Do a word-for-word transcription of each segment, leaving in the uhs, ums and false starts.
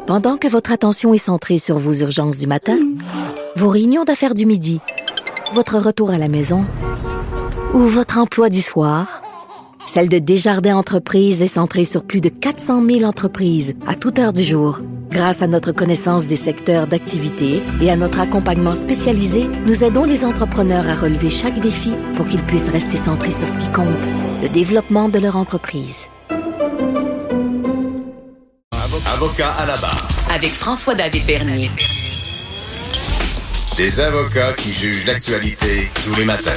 Pendant que votre attention est centrée sur vos urgences du matin, vos réunions d'affaires du midi, votre retour à la maison ou votre emploi du soir, celle de Desjardins Entreprises est centrée sur plus de quatre cent mille entreprises à toute heure du jour. Grâce à notre connaissance des secteurs d'activité et à notre accompagnement spécialisé, nous aidons les entrepreneurs à relever chaque défi pour qu'ils puissent rester centrés sur ce qui compte, le développement de leur entreprise. Avocat à la barre. Avec François-David Bernier. Des avocats qui jugent l'actualité tous les matins.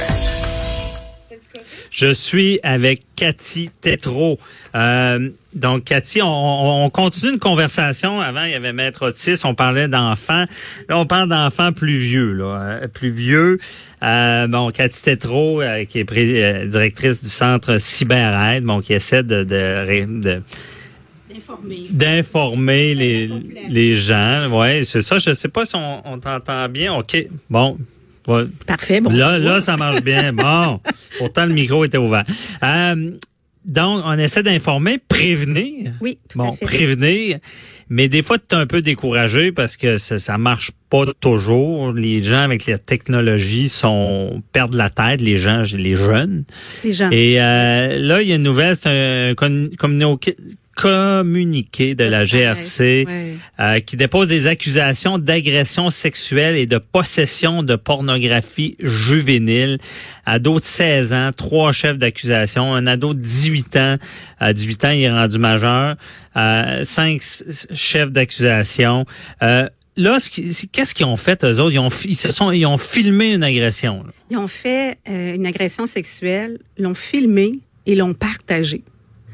Je suis avec Cathy Tétrault. Euh, donc, Cathy, on, on continue une conversation. Avant, il y avait Maître Otis, on parlait d'enfants. Là, on parle d'enfants plus vieux, là, euh, plus vieux. Euh, bon, Cathy Tétrault, euh, qui est pré- euh, directrice du Centre CyberAide, bon, qui essaie de... de, de D'informer. D'informer les, les gens. Ouais, c'est ça. Je sais pas si on, on t'entend bien. OK. Bon. Ouais. Parfait. Bon. Là, là, ça marche bien. Bon. Pourtant, le micro était ouvert. Euh, donc, on essaie d'informer, prévenir. Oui, tout bon, à fait. prévenir. Mais des fois, tu es un peu découragé parce que ça, ça marche pas toujours. Les gens avec la technologie sont perdent la tête, les gens, les jeunes. Les jeunes. Et euh, là, il y a une nouvelle, c'est un communiqué communiqué de la G R C ouais. euh, qui dépose des accusations d'agression sexuelle et de possession de pornographie juvénile. Ado de seize ans, trois chefs d'accusation. Un ado de dix-huit ans, à dix-huit ans, il est rendu majeur. Euh, cinq chefs d'accusation. Euh, Là, qu'est-ce qu'ils ont fait, eux autres? Ils ont, ils se sont, ils ont filmé une agression. Là. Ils ont fait euh, une agression sexuelle, l'ont filmé et l'ont partagé.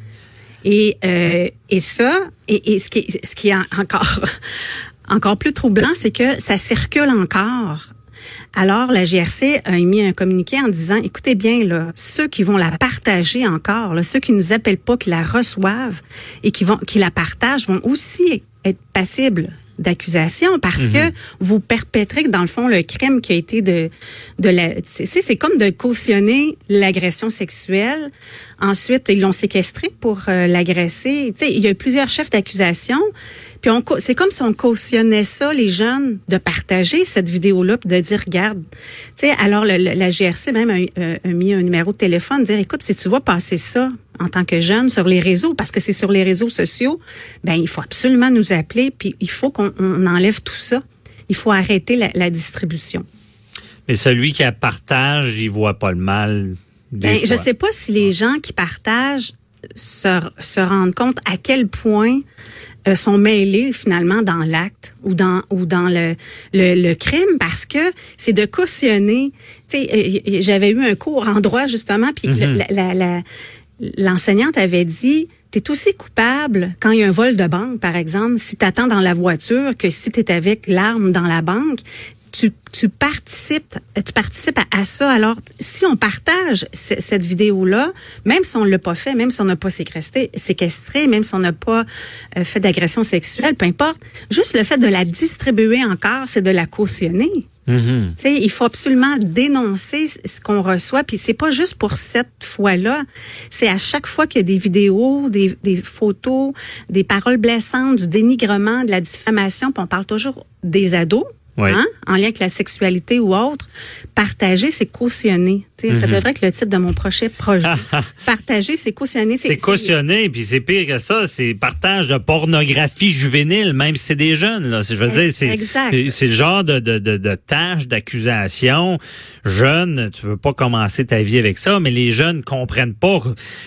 Et euh, et ça, et, et ce qui est, ce qui est encore encore plus troublant, c'est que ça circule encore. Alors la G R C a émis un communiqué en disant, écoutez bien là, ceux qui vont la partager encore, là, ceux qui nous appellent pas, qui la reçoivent et qui vont qui la partagent, vont aussi être passibles d'accusation parce mmh. que vous perpétrez dans le fond le crime qui a été de de la c'est c'est comme de cautionner l'agression sexuelle. Ensuite, ils l'ont séquestré pour euh, l'agresser. Tu sais, il y a plusieurs chefs d'accusation. Puis on c'est comme si on cautionnait ça, les jeunes, de partager cette vidéo-là, puis de dire, regarde, tu sais, alors le, le, la G R C même a, a, a mis un numéro de téléphone, dire, écoute, si tu vois passer ça en tant que jeune sur les réseaux, parce que c'est sur les réseaux sociaux, ben il faut absolument nous appeler, puis il faut qu'on on enlève tout ça. Il faut arrêter la, la distribution. Mais celui qui la partage, il voit pas le mal. Ben, je sais pas si les gens qui partagent se, se rendent compte à quel point euh, sont mêlés finalement dans l'acte ou dans ou dans le le, le crime, parce que c'est de cautionner. Tu sais, euh, j'avais eu un cours en droit justement, puis mm-hmm. la, la, la, l'enseignante avait dit, t'es aussi coupable quand il y a un vol de banque, par exemple, si t'attends dans la voiture que si t'es avec l'arme dans la banque. Tu, tu participes, tu participes à, à ça. Alors, si on partage c- cette vidéo-là, même si on l'a pas fait, même si on n'a pas séquestré, séquestré, même si on n'a pas euh, fait d'agression sexuelle, peu importe, juste le fait de la distribuer encore, c'est de la cautionner. Mm-hmm. Tu sais, il faut absolument dénoncer ce qu'on reçoit, puis c'est pas juste pour cette fois-là, c'est à chaque fois qu'il y a des vidéos, des, des photos, des paroles blessantes, du dénigrement, de la diffamation, puis on parle toujours des ados. Oui. Hein? En lien avec la sexualité ou autre, partager, c'est cautionner. Mm-hmm. Ça devrait être le titre de mon prochain projet. Partager, c'est cautionner. C'est, c'est cautionner, puis c'est pire que ça, c'est partage de pornographie juvénile, même si c'est des jeunes. Là. C'est, je veux dire, c'est, c'est, c'est le genre de, de, de, de tâche, d'accusation. Jeune, tu veux pas commencer ta vie avec ça, mais les jeunes comprennent pas.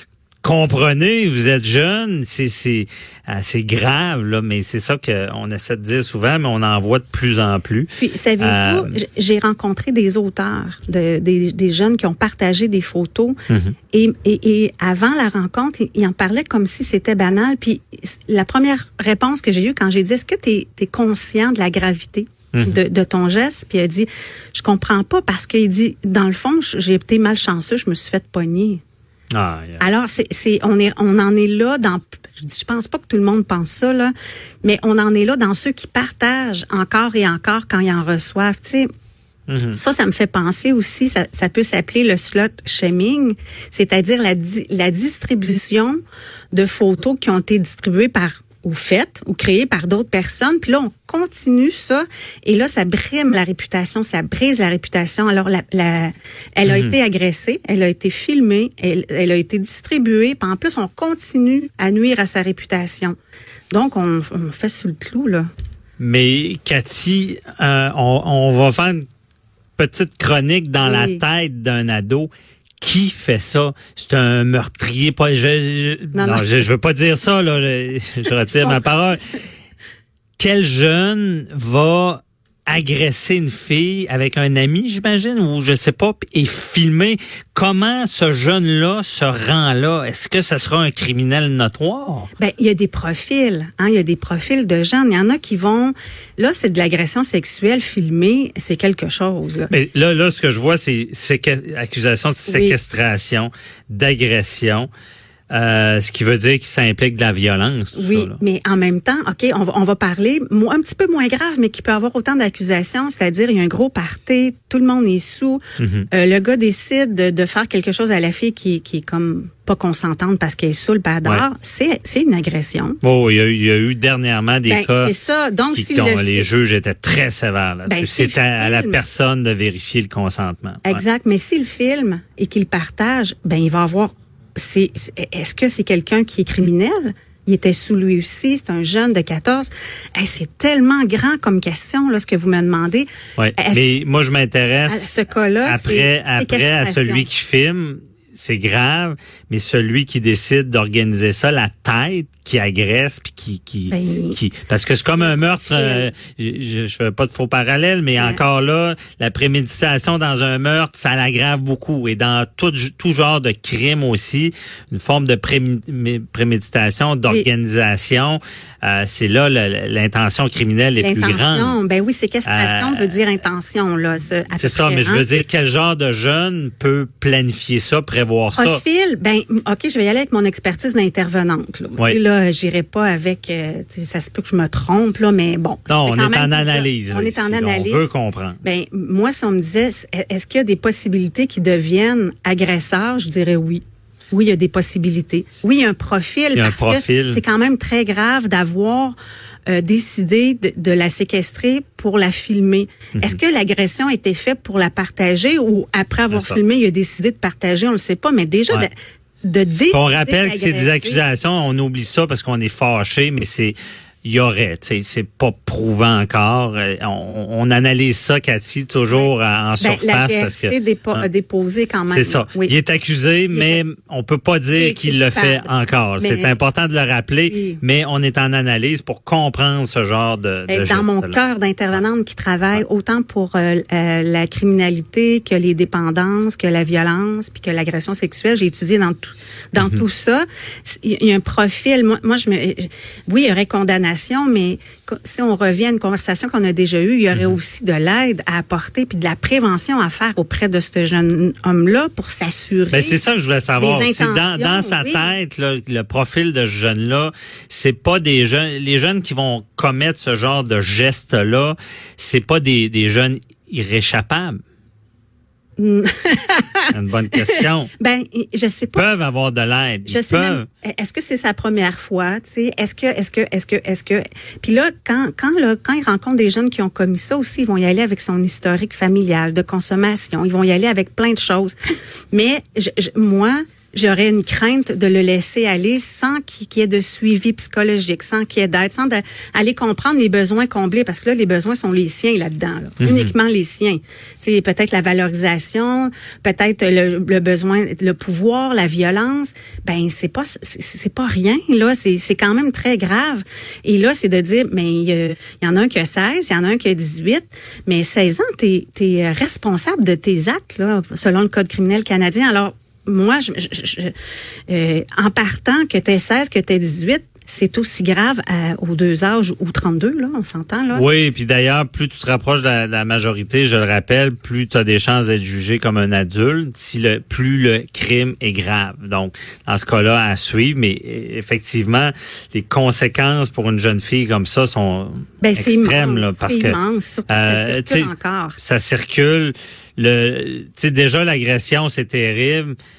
Comprenez, vous êtes jeune, c'est c'est assez grave là, mais c'est ça qu'on essaie de dire souvent, mais on en voit de plus en plus. Puis savez-vous, euh, j'ai rencontré des auteurs, de, des, des jeunes qui ont partagé des photos, mm-hmm. et, et, et avant la rencontre, ils en parlaient comme si c'était banal. Puis la première réponse que j'ai eue quand j'ai dit, est-ce que t'es t'es conscient de la gravité? Mm-hmm. De, de ton geste, puis il a dit, je comprends pas parce qu'il dit, dans le fond, j'ai été malchanceux, je me suis fait pogner. Ah, yeah. Alors c'est c'est on est on en est là dans je dis je pense pas que tout le monde pense ça là, mais on en est là dans ceux qui partagent encore et encore quand ils en reçoivent, tu sais. Mm-hmm. Ça ça me fait penser aussi, ça ça peut s'appeler le slut shaming, c'est-à-dire la la distribution de photos qui ont été distribuées par ou faites ou créées par d'autres personnes. Puis là, on continue ça. Et là, ça brime la réputation, ça brise la réputation. Alors, la, la, elle a mm-hmm. été agressée, elle a été filmée, elle, elle a été distribuée. Puis en plus, on continue à nuire à sa réputation. Donc, on, on fait sous le clou, là. Mais, Cathy, euh, on, on va faire une petite chronique dans oui. la tête d'un ado. Qui fait ça? C'est un meurtrier. Pas, je, je, non, non, non. Je, je veux pas dire ça, là. Je, je retire ma parole. Quel jeune va agresser une fille avec un ami, j'imagine, ou je sais pas, et filmer? Comment ce jeune-là se rend là? Est-ce que ça sera un criminel notoire? Ben, il y a des profils, hein. Il y a des profils de jeunes. Il y en a qui vont, là, c'est de l'agression sexuelle filmée, c'est quelque chose, là. Mais là, là, ce que je vois, c'est, c'est accusation de séquestration, oui. d'agression. Euh, ce qui veut dire que ça implique de la violence. Tout oui, ça, là. Mais en même temps, OK, on va, on va parler un petit peu moins grave, mais qui peut avoir autant d'accusations, c'est-à-dire il y a un gros party, tout le monde est sous, mm-hmm. euh, le gars décide de, de faire quelque chose à la fille qui, qui est comme pas consentante parce qu'elle est sous le badard, ouais. c'est, c'est une agression. Oh, il y a eu, il y a eu dernièrement des ben, cas c'est ça. Donc, qui, si dont le les fi- juges étaient très sévères là-dessus. Ben, si c'est à, à la personne de vérifier le consentement. Exact, ouais. Mais s'il filme et qu'il partage, ben il va avoir C'est, est-ce que c'est quelqu'un qui est criminel? Il était sous lui aussi, c'est un jeune de quatorze. Hey, c'est tellement grand comme question, là, ce que vous me demandez. Oui, mais moi, je m'intéresse à ce cas-là, après, c'est, après c'est à celui qui filme. C'est grave, mais celui qui décide d'organiser ça, la tête qui agresse puis qui qui, ben, qui parce que c'est comme un meurtre. Euh, je je fais pas de faux parallèles, mais ouais. encore là, la préméditation dans un meurtre, ça l'aggrave beaucoup. Et dans tout tout genre de crime aussi, une forme de pré- préméditation, d'organisation, oui. euh, c'est là le, l'intention criminelle est plus grande. Ben oui, séquestration euh, veut dire intention là. Ce, c'est ça, mais je veux dire quel genre de jeune peut planifier ça, prévoir ça. Profil, ben ok, je vais y aller avec mon expertise d'intervenante. Là, oui. là j'irai pas avec, euh, ça se peut que je me trompe là, mais bon. Non, on est en analyse. Là, on est en analyse. On veut comprendre. Ben moi, si on me disait, est-ce qu'il y a des possibilités qu'ils deviennent agresseurs, je dirais oui. Oui, il y a des possibilités. Oui, il y a un profil. Il y a un parce profil. Que c'est quand même très grave d'avoir euh, décidé de, de la séquestrer pour la filmer. Mm-hmm. Est-ce que l'agression était faite pour la partager ou après avoir filmé, il a décidé de partager? On le sait pas, mais déjà ouais. de, de décider. On rappelle que c'est des accusations. On oublie ça parce qu'on est fâché, mais c'est il y aurait, tu sais, c'est pas prouvant encore. On, on analyse ça, Cathy, toujours oui. en surface. Ben, la G F C parce que dépo, hein, a déposé quand même. C'est ça. Oui. Il est accusé, il mais est... on peut pas dire qu'il le fait encore. Mais... C'est important de le rappeler, oui. mais on est en analyse pour comprendre ce genre de, de Dans mon cœur d'intervenante qui travaille ouais. autant pour euh, euh, la criminalité que les dépendances, que la violence, puis que l'agression sexuelle, j'ai étudié dans tout, dans mm-hmm. tout ça. Il y a un profil. Moi, moi je me, je, oui, il y aurait condamnation. Mais si on revient à une conversation qu'on a déjà eue, il y aurait mm-hmm. aussi de l'aide à apporter puis de la prévention à faire auprès de ce jeune homme-là pour s'assurer. Ben c'est ça que je voulais savoir. Si dans, dans sa oui. tête, là, le profil de ce jeune-là, c'est pas des jeunes, les jeunes qui vont commettre ce genre de gestes-là, c'est pas des, des jeunes irréchappables. C'est une bonne question. Ben, je sais pas. Ils peuvent avoir de l'aide. Je Ils sais peuvent. Même, est-ce que c'est sa première fois, tu sais? Est-ce que, est-ce que, est-ce que, est-ce que, puis là, quand, quand, là, quand ils rencontrent des jeunes qui ont commis ça aussi, ils vont y aller avec son historique familial de consommation. Ils vont y aller avec plein de choses. Mais, je, je, moi, j'aurais une crainte de le laisser aller sans qu'il y ait de suivi psychologique, sans qu'il y ait d'aide, sans de, aller comprendre les besoins comblés, parce que là, les besoins sont les siens là-dedans, là. Mm-hmm. Uniquement les siens. Tu sais, peut-être la valorisation, peut-être le, le besoin, le pouvoir, la violence. Ben, c'est pas, c'est, c'est pas rien, là. C'est, c'est quand même très grave. Et là, c'est de dire, mais il y, y en a un qui a seize, il y en a un qui a dix-huit, mais seize ans, t'es, t'es responsable de tes actes, là, selon le Code criminel canadien. Alors, moi, je, je, je, euh, en partant que t'es seize, que t'es dix-huit, c'est aussi grave à, aux deux âges ou trente-deux, là, on s'entend, là. Oui, puis d'ailleurs, plus tu te rapproches de la, de la majorité, je le rappelle, plus tu as des chances d'être jugé comme un adulte, si le plus le crime est grave. Donc, dans ce cas-là, à suivre, mais effectivement, les conséquences pour une jeune fille comme ça sont ben, extrêmes, immense, là, parce c'est que immense, surtout euh, ça circule encore. Ça circule. Le, tu sais, déjà l'agression, c'est terrible.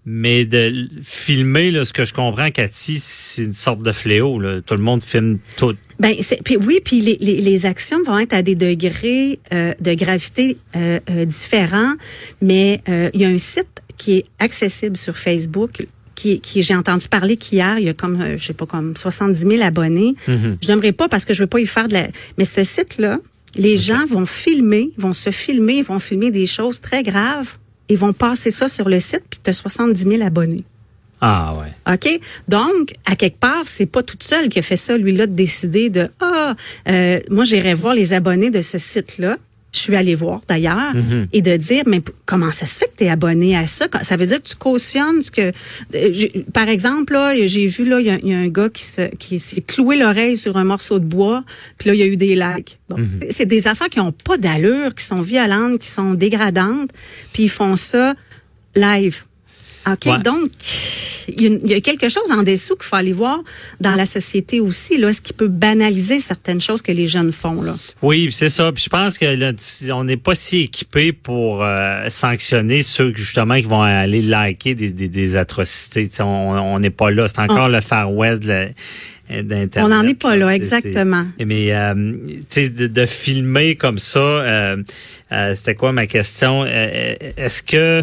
Mais de filmer, là, ce que je comprends, Cathy, c'est une sorte de fléau. Là. Tout le monde filme tout. Ben c'est, puis oui, puis les, les, les actions vont être à des degrés euh, de gravité euh, euh, différents, mais euh, il y a un site qui est accessible sur Facebook. Qui, qui j'ai entendu parler qu'hier, il y a comme, euh, je sais pas, comme soixante-dix mille abonnés. Mm-hmm. Je n'aimerais pas parce que je veux pas y faire de la... Mais ce site-là, les okay. gens vont filmer, vont se filmer, ils vont filmer des choses très graves, ils vont passer ça sur le site, puis tu as soixante-dix mille abonnés. Ah ouais. OK? Donc, à quelque part, c'est pas toute seule qui a fait ça, lui-là, de décider de, ah, euh, moi, j'irai voir les abonnés de ce site-là. Je suis allée voir d'ailleurs mm-hmm. et de dire mais comment ça se fait que tu es abonné à ça? Ça veut dire que tu cautionnes ce que euh, par exemple là, j'ai vu là il y, y a un gars qui se qui s'est cloué l'oreille sur un morceau de bois, puis là il y a eu des likes. Bon, mm-hmm. c'est des affaires qui ont pas d'allure, qui sont violentes, qui sont dégradantes, puis ils font ça live. OK, ouais. Donc il y, a, il y a quelque chose en dessous qu'il faut aller voir dans la société aussi, là, ce qui peut banaliser certaines choses que les jeunes font, là. Oui, c'est ça. Puis je pense que là, on n'est pas si équipé pour euh, sanctionner ceux justement qui vont aller liker des, des, des atrocités. T'sais, on n'est pas là. C'est encore on... le Far West de la, d'Internet. On n'en est pas là, exactement. C'est, mais euh, tu sais, de, de filmer comme ça, euh, euh, c'était quoi ma question? Euh, est-ce que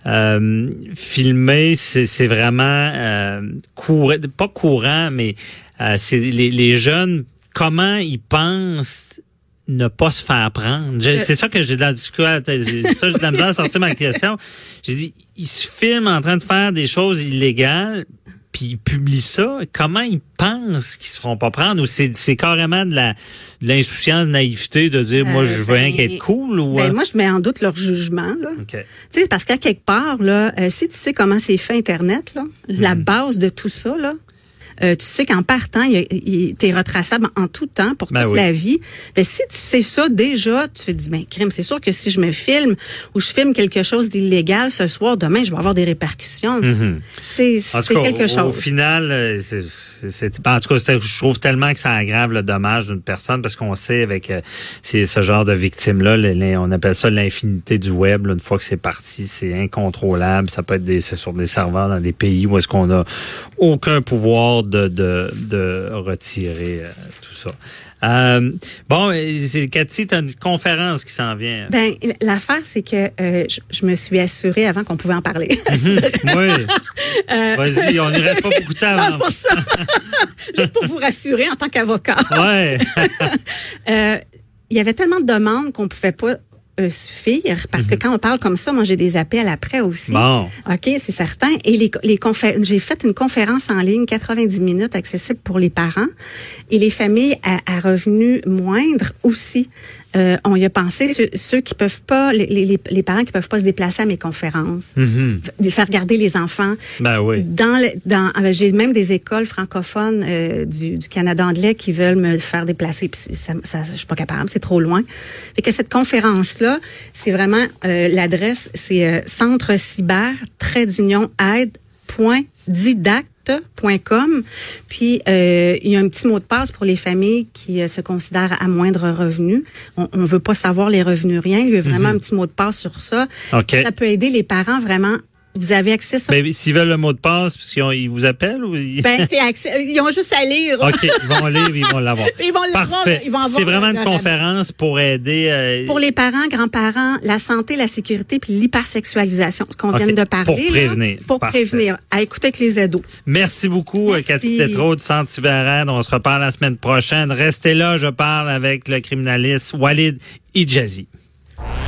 Euh, filmer, c'est, c'est vraiment euh, courant, pas courant, mais euh, c'est les, les jeunes, comment ils pensent ne pas se faire prendre? Je, c'est ça que j'ai de la difficulté, j'ai, ça, j'ai de la misère à sortir ma question. J'ai dit, ils se filment en train de faire des choses illégales, puis ils publient ça. Comment ils pensent qu'ils se feront pas prendre? Ou c'est, c'est carrément de la de l'insouciance, de naïveté de dire, euh, moi, je veux rien ben, qu'être cool? Ou ben, moi, je mets en doute leur jugement. Là. Okay. Tu sais, parce qu'à quelque part, là, euh, si tu sais comment c'est fait Internet, là, mm-hmm. la base de tout ça, là, Euh, tu sais qu'en partant, il, il, t'es retraçable en tout temps pour ben toute oui. la vie. Ben, si tu sais ça déjà, tu te dis, ben, crime, c'est sûr que si je me filme ou je filme quelque chose d'illégal ce soir, demain, je vais avoir des répercussions. Mm-hmm. C'est, c'est cas, quelque au, chose. Au final, c'est, c'est, c'est, en tout cas, c'est, je trouve tellement que ça aggrave le dommage d'une personne parce qu'on sait avec euh, c'est ce genre de victimes-là, les, les, on appelle ça l'infinité du web. Là, une fois que c'est parti, c'est incontrôlable. Ça peut être des, c'est sur des serveurs dans des pays où est-ce qu'on a aucun pouvoir De, de, de retirer euh, tout ça. Euh, bon, c'est, Cathy, tu as une conférence qui s'en vient. Ben, l'affaire, c'est que euh, je, je me suis assurée avant qu'on pouvait en parler. Mm-hmm. Oui. euh... Vas-y, on n'y reste pas beaucoup de temps. Non, c'est pour ça. Juste pour vous rassurer en tant qu'avocat. Ouais. euh, il y avait tellement de demandes qu'on pouvait pas Euh, suffire parce mm-hmm. que quand on parle comme ça, moi j'ai des appels après aussi. Bon. OK, c'est certain. Et les, les confé- j'ai fait une conférence en ligne, quatre-vingt-dix minutes, accessible pour les parents et les familles à, à revenus moindres aussi. Euh, on y a pensé, ceux, ceux qui peuvent pas, les, les, les parents qui peuvent pas se déplacer à mes conférences, mm-hmm. faire garder les enfants. Ben oui. Dans, le, dans, j'ai même des écoles francophones euh, du, du Canada anglais qui veulent me faire déplacer. Puis ça, ça, je suis pas capable, c'est trop loin. Fait que cette conférence-là, c'est vraiment euh, l'adresse, c'est euh, centre cyber trait d'union aide point didacte point com. Puis euh, il y a un petit mot de passe pour les familles qui euh, se considèrent à moindre revenu. On ne veut pas savoir les revenus rien. Il y a vraiment mm-hmm. un petit mot de passe sur ça. Okay. Ça peut aider les parents vraiment. Vous avez accès sur... Ben, s'ils veulent le mot de passe, parce qu'ils ont, ils vous appellent ou ils... Ben, c'est accès... ils ont juste à lire. OK, ils vont lire, ils vont l'avoir. Ils vont l'avoir. Parfait. Ils vont avoir c'est vraiment une conférence pour aider... Euh... Pour les parents, grands-parents, la santé, la sécurité puis l'hypersexualisation, ce qu'on okay. vient de parler. Pour prévenir. Là, pour Parfait. prévenir. À écouter avec les ados. Merci beaucoup, Merci. Cathy Tétrault du Centre CyberAide. On se reparle la semaine prochaine. Restez là, je parle avec le criminaliste Walid Hijazi.